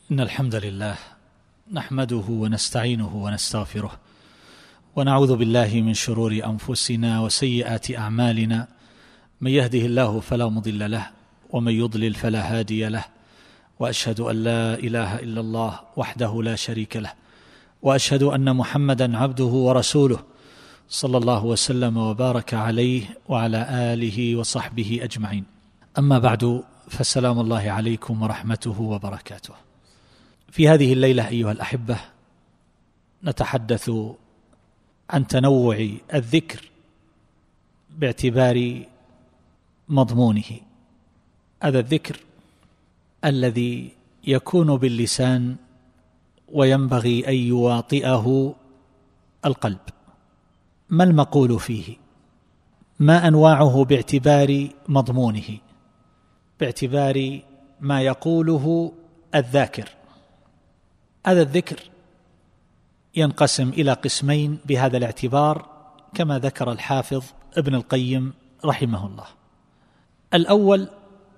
إن الحمد لله نحمده ونستعينه ونستغفره ونعوذ بالله من شرور أنفسنا وسيئات أعمالنا، من يهده الله فلا مضل له ومن يضلل فلا هادي له، وأشهد أن لا إله إلا الله وحده لا شريك له، وأشهد أن محمدا عبده ورسوله صلى الله وسلم وبارك عليه وعلى آله وصحبه أجمعين. أما بعد، فالسلام الله عليكم ورحمته وبركاته. في هذه الليلة أيها الأحبة نتحدث عن تنوع الذكر باعتبار مضمونه. هذا الذكر الذي يكون باللسان وينبغي أن يواطئه القلب. ما المقول فيه؟ ما أنواعه باعتبار مضمونه، باعتبار ما يقوله الذاكر. هذا الذكر ينقسم إلى قسمين بهذا الاعتبار كما ذكر الحافظ ابن القيم رحمه الله. الأول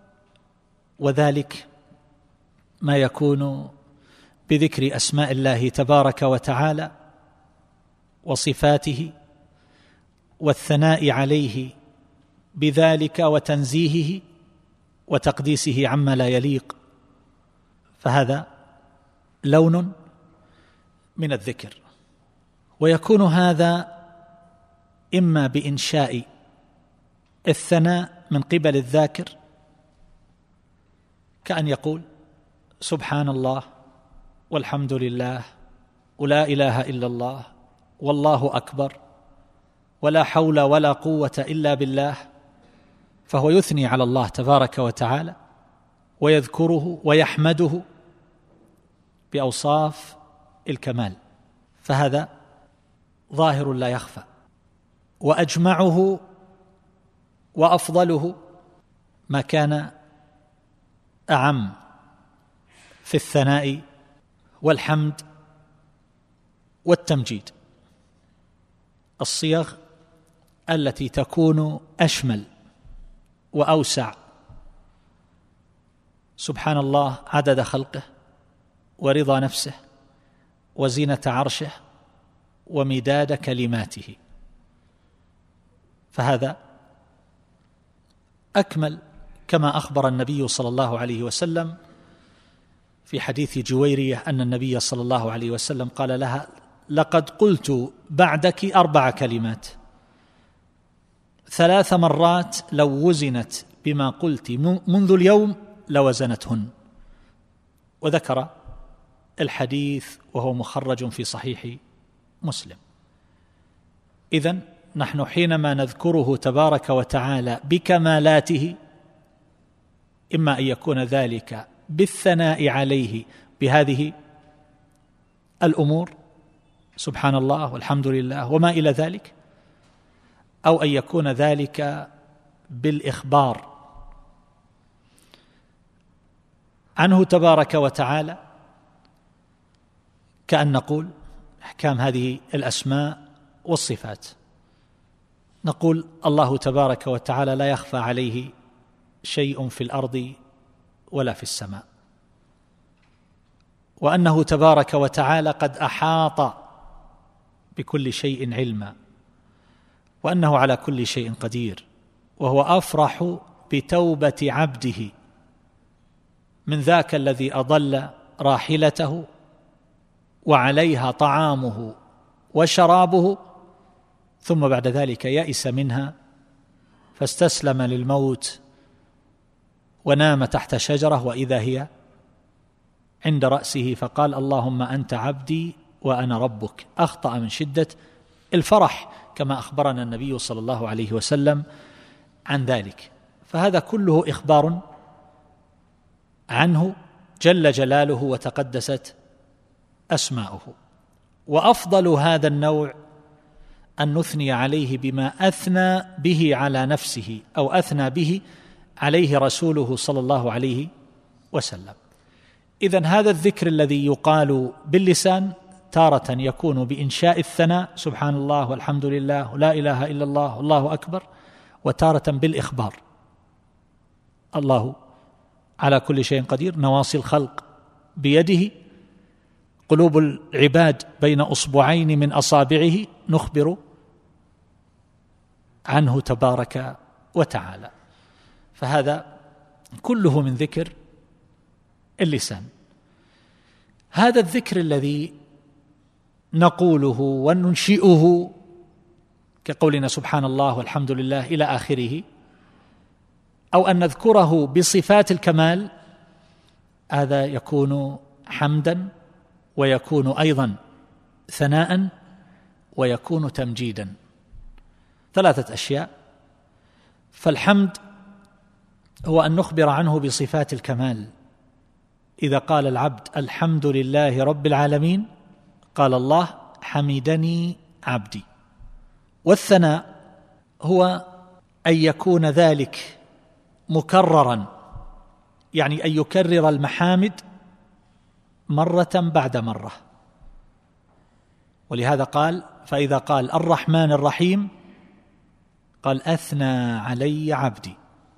وذلك ما يكون بذكر أسماء الله تبارك وتعالى وصفاته والثناء عليه بذلك وتنزيهه وتقديسه عما لا يليق، فهذا لون من الذكر. ويكون هذا إما بإنشاء الثناء من قبل الذاكر، كأن يقول سبحان الله والحمد لله ولا إله إلا الله والله أكبر ولا حول ولا قوة إلا بالله، فهو يثني على الله تبارك وتعالى ويذكره ويحمده بأوصاف الكمال، فهذا ظاهر لا يخفى. وأجمعه وأفضله ما كان أعم في الثناء والحمد والتمجيد، الصيغ التي تكون أشمل وأوسع. سبحان الله عدد خلقه ورضا نفسه وزينة عرشه ومداد كلماته، فهذا أكمل، كما أخبر النبي صلى الله عليه وسلم في حديث جويرية أن النبي صلى الله عليه وسلم قال لها: لقد قلت بعدك 4 كلمات 3 مرات لو وزنت بما قلت منذ اليوم لوزنتهن. وذكر الحديث وهو مخرج في صحيح مسلم. إذن نحن حينما نذكره تبارك وتعالى بكمالاته، إما أن يكون ذلك بالثناء عليه بهذه الأمور سبحان الله والحمد لله وما إلى ذلك، أو أن يكون ذلك بالإخبار عنه تبارك وتعالى، كأن نقول أحكام هذه الأسماء والصفات، نقول الله تبارك وتعالى لا يخفى عليه شيء في الأرض ولا في السماء، وأنه تبارك وتعالى قد أحاط بكل شيء علما، وأنه على كل شيء قدير، وهو أفرح بتوبة عبده من ذاك الذي أضل راحلته وعليها طعامه وشرابه، ثم بعد ذلك يئس منها فاستسلم للموت ونام تحت شجرة وإذا هي عند رأسه، فقال اللهم أنت عبدي وأنا ربك. أخطأ من شدة الفرح كما أخبرنا النبي صلى الله عليه وسلم عن ذلك. فهذا كله إخبار عنه جل جلاله وتقدست أسماؤه. وأفضل هذا النوع أن نثني عليه بما أثنى به على نفسه أو أثنى به عليه رسوله صلى الله عليه وسلم. إذن هذا الذكر الذي يقال باللسان تارة يكون بإنشاء الثناء سبحان الله والحمد لله لا إله إلا الله والله أكبر، وتارة بالإخبار الله على كل شيء قدير، نواصي الخلق بيده، قلوب العباد بين أصبعين من أصابعه، نخبر عنه تبارك وتعالى. فهذا كله من ذكر اللسان. هذا الذكر الذي نقوله وننشئه كقولنا سبحان الله والحمد لله إلى آخره، أو أن نذكره بصفات الكمال، هذا يكون حمدا، ويكون أيضا ثناء، ويكون تمجيدا. ثلاثة أشياء. فالحمد هو أن نخبر عنه بصفات الكمال. إذا قال العبد الحمد لله رب العالمين، قال الله حمدني عبدي. والثناء هو أن يكون ذلك مكررا، يعني أن يكرر المحامد مرة بعد مرة. ولهذا قال: فإذا قال الرحمن الرحيم قال أثنى علي عبدي.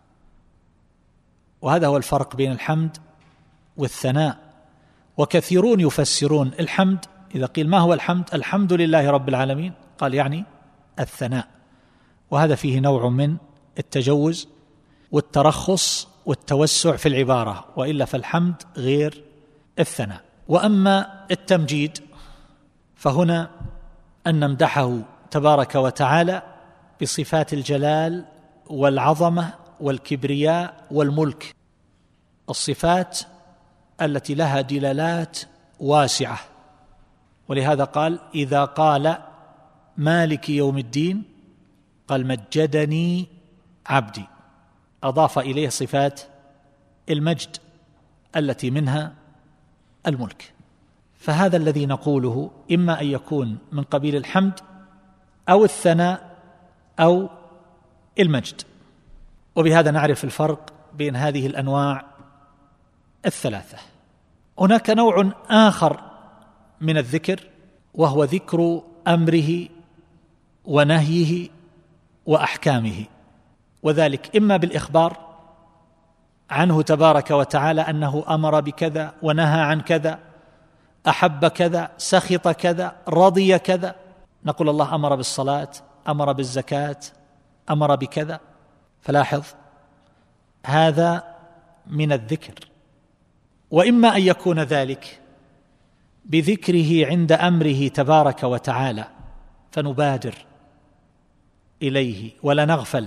وهذا هو الفرق بين الحمد والثناء. وكثيرون يفسرون الحمد، إذا قيل ما هو الحمد؟ الحمد لله رب العالمين، قال يعني الثناء. وهذا فيه نوع من التجوز والترخص والتوسع في العبارة، وإلا فالحمد غير الثناء. وأما التمجيد فهنا أن نمدحه تبارك وتعالى بصفات الجلال والعظمة والكبرياء والملك، الصفات التي لها دلالات واسعة. ولهذا قال: إذا قال مالك يوم الدين قال مجدني عبدي، أضاف إليه صفات المجد التي منها الملك. فهذا الذي نقوله إما أن يكون من قبيل الحمد أو الثناء أو المجد. وبهذا نعرف الفرق بين هذه الأنواع الثلاثة. هناك نوع آخر من الذكر، وهو ذكر أمره ونهيه وأحكامه، وذلك إما بالإخبار عنه تبارك وتعالى أنه أمر بكذا ونهى عن كذا، أحب كذا، سخط كذا، رضي كذا. نقول الله أمر بالصلاة، أمر بالزكاة، أمر بكذا. فلاحظ هذا من الذكر. وإما أن يكون ذلك بذكره عند أمره تبارك وتعالى فنبادر إليه ولا نغفل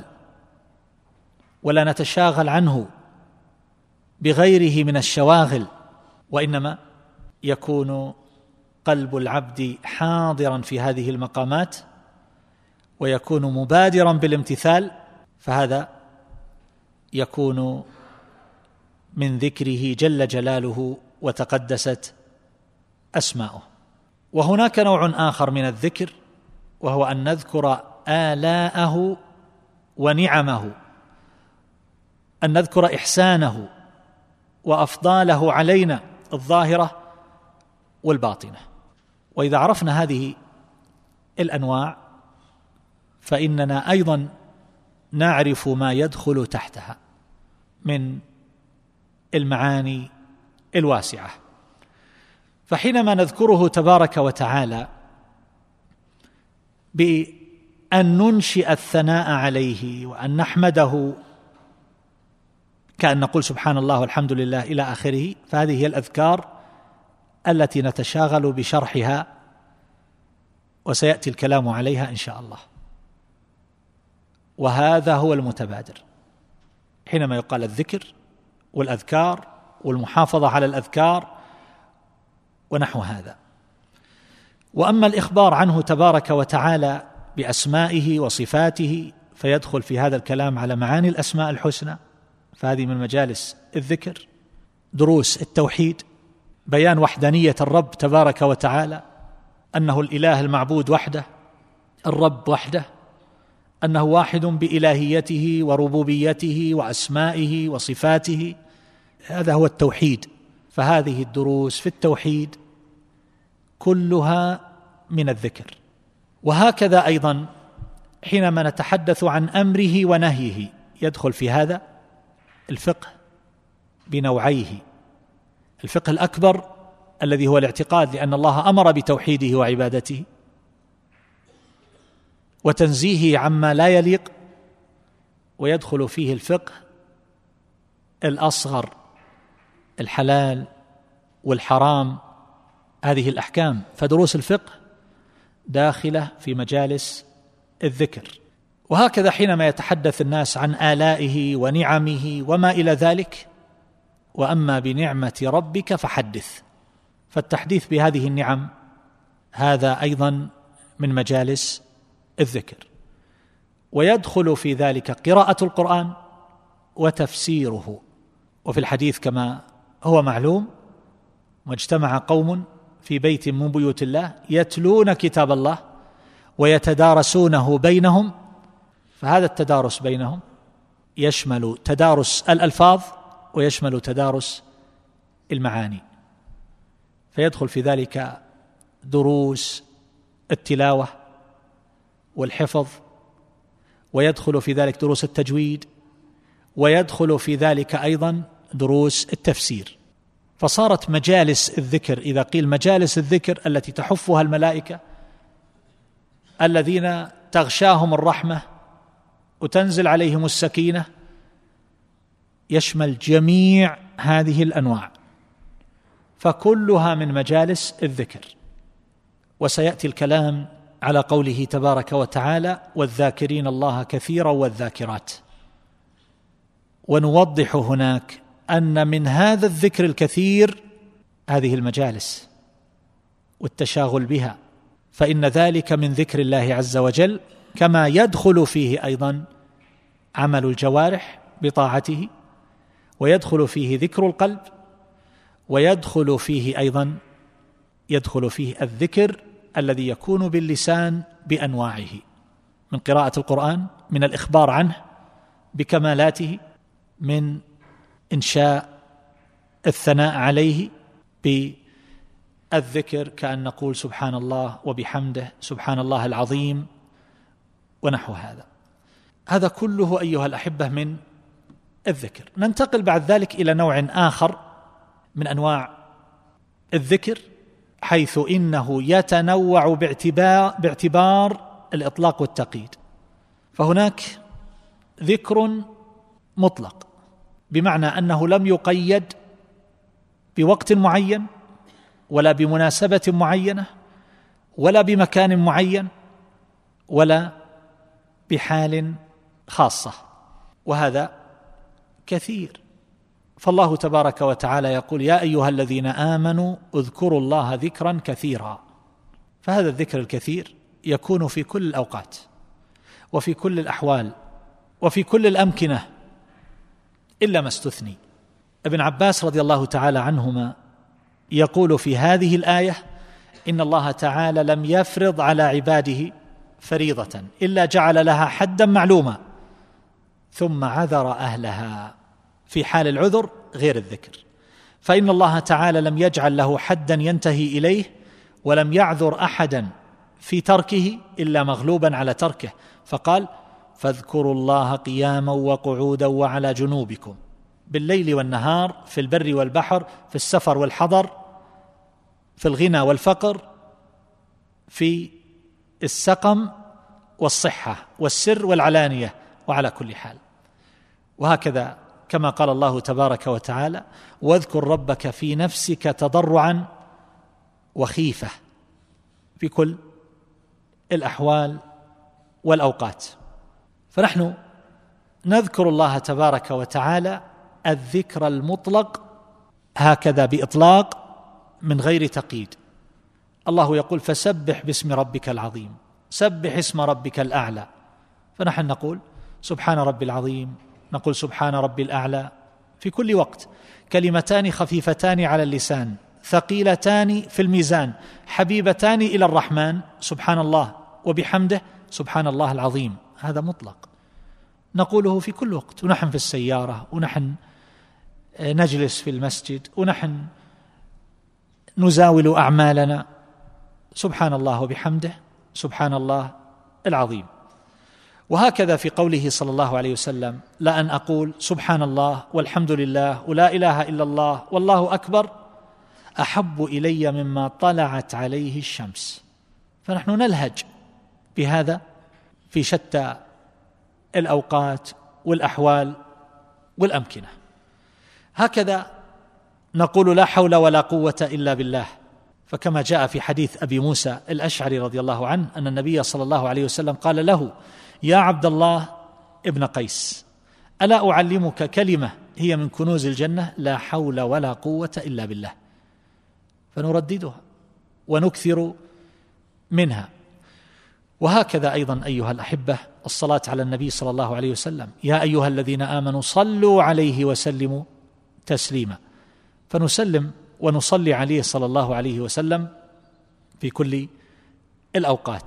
ولا نتشاغل عنه بغيره من الشواغل، وإنما يكون قلب العبد حاضرا في هذه المقامات ويكون مبادرا بالامتثال، فهذا يكون من ذكره جل جلاله وتقدست أسماؤه. وهناك نوع آخر من الذكر، وهو أن نذكر آلاءه ونعمه، أن نذكر إحسانه وأفضاله علينا الظاهرة والباطنة. وإذا عرفنا هذه الأنواع فإننا أيضا نعرف ما يدخل تحتها من المعاني الواسعة. فحينما نذكره تبارك وتعالى بأن ننشئ الثناء عليه وأن نحمده، كأن نقول سبحان الله والحمد لله إلى آخره، فهذه هي الأذكار التي نتشاغل بشرحها وسيأتي الكلام عليها إن شاء الله. وهذا هو المتبادر حينما يقال الذكر والأذكار والمحافظة على الأذكار ونحو هذا. وأما الإخبار عنه تبارك وتعالى بأسمائه وصفاته فيدخل في هذا الكلام على معاني الأسماء الحسنى، فهذه من مجالس الذكر. دروس التوحيد، بيان وحدانية الرب تبارك وتعالى، أنه الإله المعبود وحده، الرب وحده، أنه واحد بإلهيته وربوبيته وأسمائه وصفاته. هذا هو التوحيد. فهذه الدروس في التوحيد كلها من الذكر. وهكذا أيضا حينما نتحدث عن أمره ونهيه يدخل في هذا الفقه بنوعيه، الفقه الأكبر الذي هو الاعتقاد، لأن الله أمر بتوحيده وعبادته وتنزيهه عما لا يليق، ويدخل فيه الفقه الأصغر، الحلال والحرام، هذه الأحكام. فدروس الفقه داخلة في مجالس الذكر. وهكذا حينما يتحدث الناس عن آلائه ونعمه وما إلى ذلك، وأما بنعمة ربك فحدث، فالتحديث بهذه النعم هذا أيضا من مجالس الذكر. ويدخل في ذلك قراءة القرآن وتفسيره. وفي الحديث كما هو معلوم: واجتمع قوم في بيت من بيوت الله يتلون كتاب الله ويتدارسونه بينهم. فهذا التدارس بينهم يشمل تدارس الألفاظ ويشمل تدارس المعاني، فيدخل في ذلك دروس التلاوة والحفظ، ويدخل في ذلك دروس التجويد، ويدخل في ذلك أيضا دروس التفسير. فصارت مجالس الذكر، إذا قيل مجالس الذكر التي تحفها الملائكة الذين تغشاهم الرحمة وتنزل عليهم السكينة، يشمل جميع هذه الأنواع، فكلها من مجالس الذكر. وسيأتي الكلام على قوله تبارك وتعالى: والذاكرين الله كثيرا والذاكرات. ونوضح هناك أن من هذا الذكر الكثير هذه المجالس والتشاغل بها، فإن ذلك من ذكر الله عز وجل، كما يدخل فيه أيضا عمل الجوارح بطاعته، ويدخل فيه ذكر القلب، ويدخل فيه أيضا الذكر الذي يكون باللسان بأنواعه، من قراءة القرآن، من الإخبار عنه بكمالاته، من إنشاء الثناء عليه بالذكر، كأن نقول سبحان الله وبحمده، سبحان الله العظيم، ونحو هذا. هذا كله أيها الأحبة من الذكر. ننتقل بعد ذلك إلى نوع آخر من أنواع الذكر، حيث إنه يتنوع باعتبار الإطلاق والتقييد. فهناك ذكر مطلق، بمعنى أنه لم يقيد بوقت معين، ولا بمناسبة معينة، ولا بمكان معين، ولا بحال خاصة، وهذا كثير. فالله تبارك وتعالى يقول: يا أيها الذين آمنوا اذكروا الله ذكرا كثيرا. فهذا الذكر الكثير يكون في كل الأوقات وفي كل الأحوال وفي كل الأمكنة إلا ما استثني. ابن عباس رضي الله تعالى عنهما يقول في هذه الآية: إن الله تعالى لم يفرض على عباده فريضة إلا جعل لها حدا معلوما ثم عذر أهلها. في حال العذر غير الذكر، فإن الله تعالى لم يجعل له حدا ينتهي إليه، ولم يعذر أحدا في تركه إلا مغلوبا على تركه، فقال: فاذكروا الله قياما وقعودا وعلى جنوبكم، بالليل والنهار، في البر والبحر، في السفر والحضر، في الغنى والفقر، في السقم والصحة، والسر والعلانية، وعلى كل حال. وهكذا كما قال الله تبارك وتعالى: واذكر ربك في نفسك تضرعا وخيفة، في كل الأحوال والأوقات. فنحن نذكر الله تبارك وتعالى الذكر المطلق هكذا بإطلاق من غير تقييد. الله يقول: فسبح باسم ربك العظيم، سبح اسم ربك الأعلى. فنحن نقول سبحان ربي العظيم، نقول سبحان ربي الأعلى في كل وقت، كلمتان خفيفتان على اللسان، ثقيلتان في الميزان، حبيبتان إلى الرحمن، سبحان الله وبحمده سبحان الله العظيم. هذا مطلق نقوله في كل وقت، ونحن في السيارة، ونحن نجلس في المسجد، ونحن نزاول أعمالنا، سبحان الله وبحمده سبحان الله العظيم. وهكذا في قوله صلى الله عليه وسلم: لا أن أقول سبحان الله والحمد لله ولا إله إلا الله والله أكبر أحب إلي مما طلعت عليه الشمس. فنحن نلهج بهذا في شتى الأوقات والأحوال والأمكنة. هكذا نقول لا حول ولا قوة إلا بالله، فكما جاء في حديث أبي موسى الأشعري رضي الله عنه أن النبي صلى الله عليه وسلم قال له: يا عبد الله ابن قيس، ألا أعلمك كلمة هي من كنوز الجنة؟ لا حول ولا قوة إلا بالله. فنرددها ونكثر منها. وهكذا أيضا أيها الأحبة الصلاة على النبي صلى الله عليه وسلم: يا أيها الذين آمنوا صلوا عليه وسلموا تسليما. فنسلم ونصلي عليه صلى الله عليه وسلم في كل الأوقات.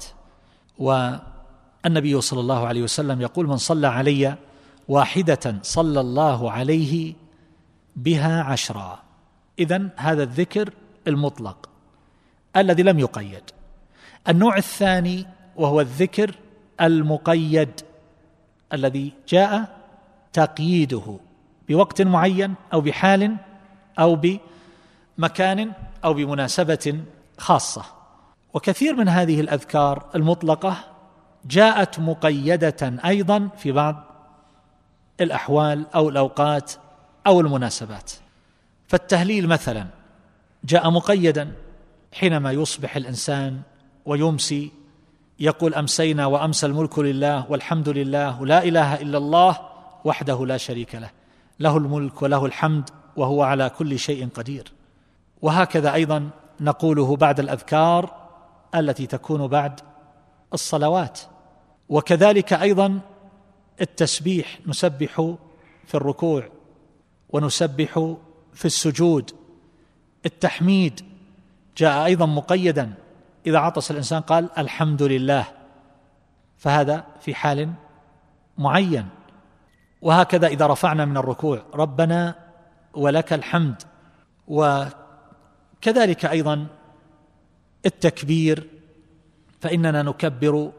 والنبي صلى الله عليه وسلم يقول: من صلى علي واحدة صلى الله عليه بها 10. إذن هذا الذكر المطلق الذي لم يقيد. النوع الثاني وهو الذكر المقيد الذي جاء تقييده بوقت معين أو بحال أو بمكان أو بمناسبة خاصة. وكثير من هذه الأذكار المطلقة جاءت مقيدة أيضا في بعض الأحوال أو الأوقات أو المناسبات. فالتهليل مثلا جاء مقيدا حينما يصبح الإنسان ويمسي يقول: أمسينا وأمسى الملك لله والحمد لله لا إله إلا الله وحده لا شريك له، له الملك وله الحمد وهو على كل شيء قدير. وهكذا أيضا نقوله بعد الأذكار التي تكون بعد الصلوات. وكذلك أيضا التسبيح، نسبح في الركوع ونسبح في السجود. التحميد جاء أيضا مقيدا، إذا عطس الإنسان قال الحمد لله، فهذا في حال معين. وهكذا إذا رفعنا من الركوع: ربنا ولك الحمد. وكذلك أيضا التكبير، فإننا نكبر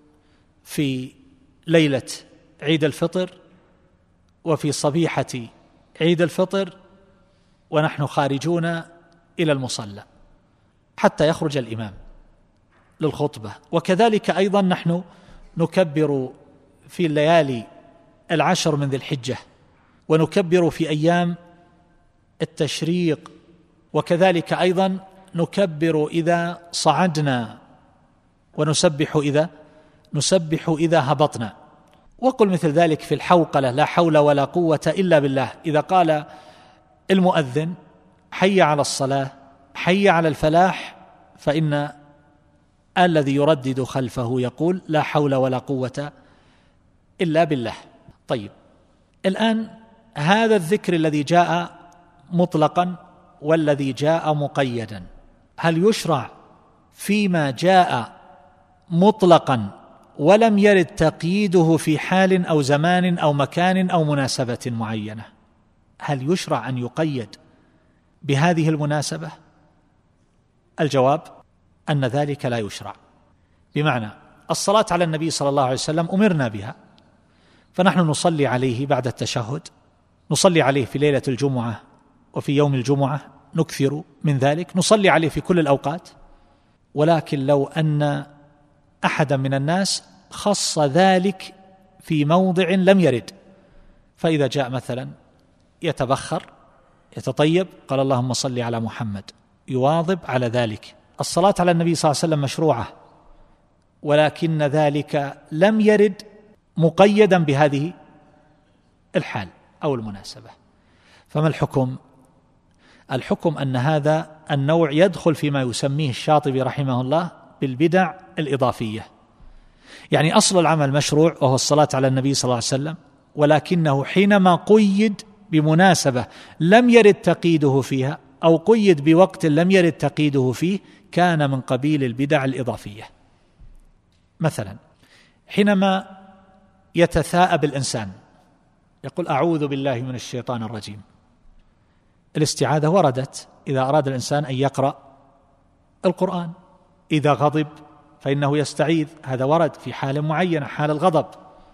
في ليلة عيد الفطر وفي صبيحة عيد الفطر ونحن خارجون إلى المصلى حتى يخرج الإمام للخطبة. وكذلك أيضا نحن نكبر في الليالي 10 من ذي الحجة، ونكبر في أيام التشريق، وكذلك أيضا نكبر إذا صعدنا، ونسبح إذا هبطنا. وقل مثل ذلك في الحوقلة: لا حول ولا قوة إلا بالله. إذا قال المؤذن: حي على الصلاة، حي على الفلاح، فإن الذي يردد خلفه يقول: لا حول ولا قوة إلا بالله. طيب، الآن هذا الذكر الذي جاء مطلقا والذي جاء مقيدا، هل يشرع فيما جاء مطلقا ولم يرد تقييده في حال أو زمان أو مكان أو مناسبة معينة، هل يشرع أن يقيد بهذه المناسبة؟ الجواب أن ذلك لا يشرع. بمعنى الصلاة على النبي صلى الله عليه وسلم أمرنا بها، فنحن نصلي عليه بعد التشهد، نصلي عليه في ليلة الجمعة وفي يوم الجمعة، نكثر من ذلك، نصلي عليه في كل الأوقات. ولكن لو أن أحدا من الناس خص ذلك في موضع لم يرد، فإذا جاء مثلا يتبخر يتطيب قال: اللهم صل على محمد، يواظب على ذلك. الصلاة على النبي صلى الله عليه وسلم مشروعة، ولكن ذلك لم يرد مقيدا بهذه الحال أو المناسبة. فما الحكم؟ الحكم أن هذا النوع يدخل فيما يسميه الشاطبي رحمه الله بالبدع الإضافية. يعني أصل العمل مشروع وهو الصلاة على النبي صلى الله عليه وسلم، ولكنه حينما قيد بمناسبة لم يرد تقييده فيها أو قيد بوقت لم يرد تقييده فيه، كان من قبيل البدع الإضافية. مثلا حينما يتثاءب الإنسان يقول: أعوذ بالله من الشيطان الرجيم، الاستعاذة وردت إذا أراد الإنسان أن يقرأ القرآن. إذا غضب فإنه يستعيذ، هذا ورد في حال معينة، حال الغضب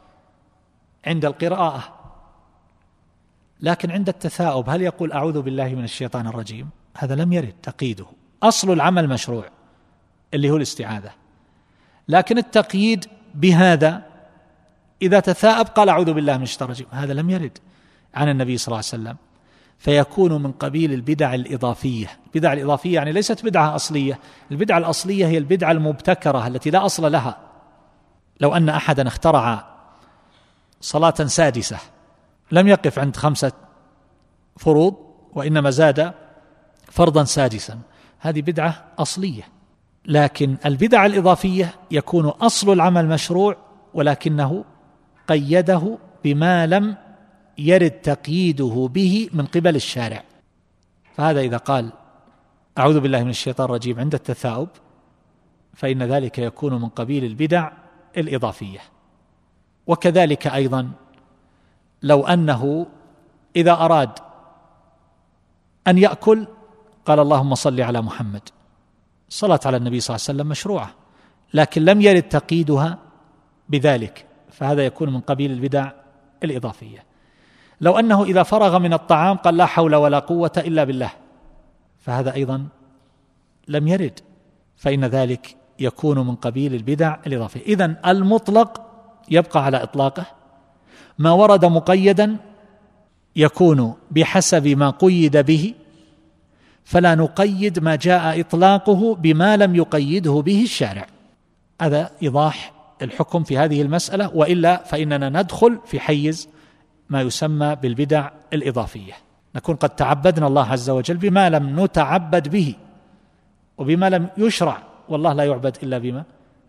عند القراءة. لكن عند التثاؤب هل يقول أعوذ بالله من الشيطان الرجيم؟ هذا لم يرد تقييده. أصل العمل مشروع اللي هو الاستعاذة، لكن التقييد بهذا إذا تثاءب قال أعوذ بالله من الشيطان الرجيم، هذا لم يرد عن النبي صلى الله عليه وسلم، فيكون من قبيل البدع الإضافية. البدع الإضافية يعني ليست بدعة أصلية، البدعة الأصلية هي البدعة المبتكرة التي لا أصل لها. لو أن أحدا اخترع صلاة سادسة لم يقف عند 5 فروض وإنما زاد فرضا سادسا، هذه بدعة أصلية. لكن البدع الإضافية يكون أصل العمل مشروع ولكنه قيده بما لم يرد تقييده به من قبل الشارع. فهذا إذا قال أعوذ بالله من الشيطان الرجيم عند التثاؤب فإن ذلك يكون من قبيل البدع الإضافية. وكذلك أيضا لو أنه إذا أراد أن يأكل قال اللهم صل على محمد، الصلاة على النبي صلى الله عليه وسلم مشروعة لكن لم يرد تقييدها بذلك، فهذا يكون من قبيل البدع الإضافية. لو أنه إذا فرغ من الطعام قال لا حول ولا قوة إلا بالله، فهذا أيضا لم يرد، فإن ذلك يكون من قبيل البدع الإضافية. إذن المطلق يبقى على إطلاقه، ما ورد مقيدا يكون بحسب ما قيد به، فلا نقيد ما جاء إطلاقه بما لم يقيده به الشارع. هذا إيضاح الحكم في هذه المسألة، وإلا فإننا ندخل في حيز ما يسمى بالبدع الإضافية، نكون قد تعبدنا الله عز وجل بما لم نتعبد به وبما لم يشرع، والله لا يعبد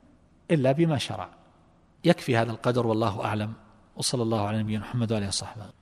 إلا بما شرع. يكفي هذا القدر والله أعلم، وصلى الله على نبينا محمد وعلى آله وصحبه.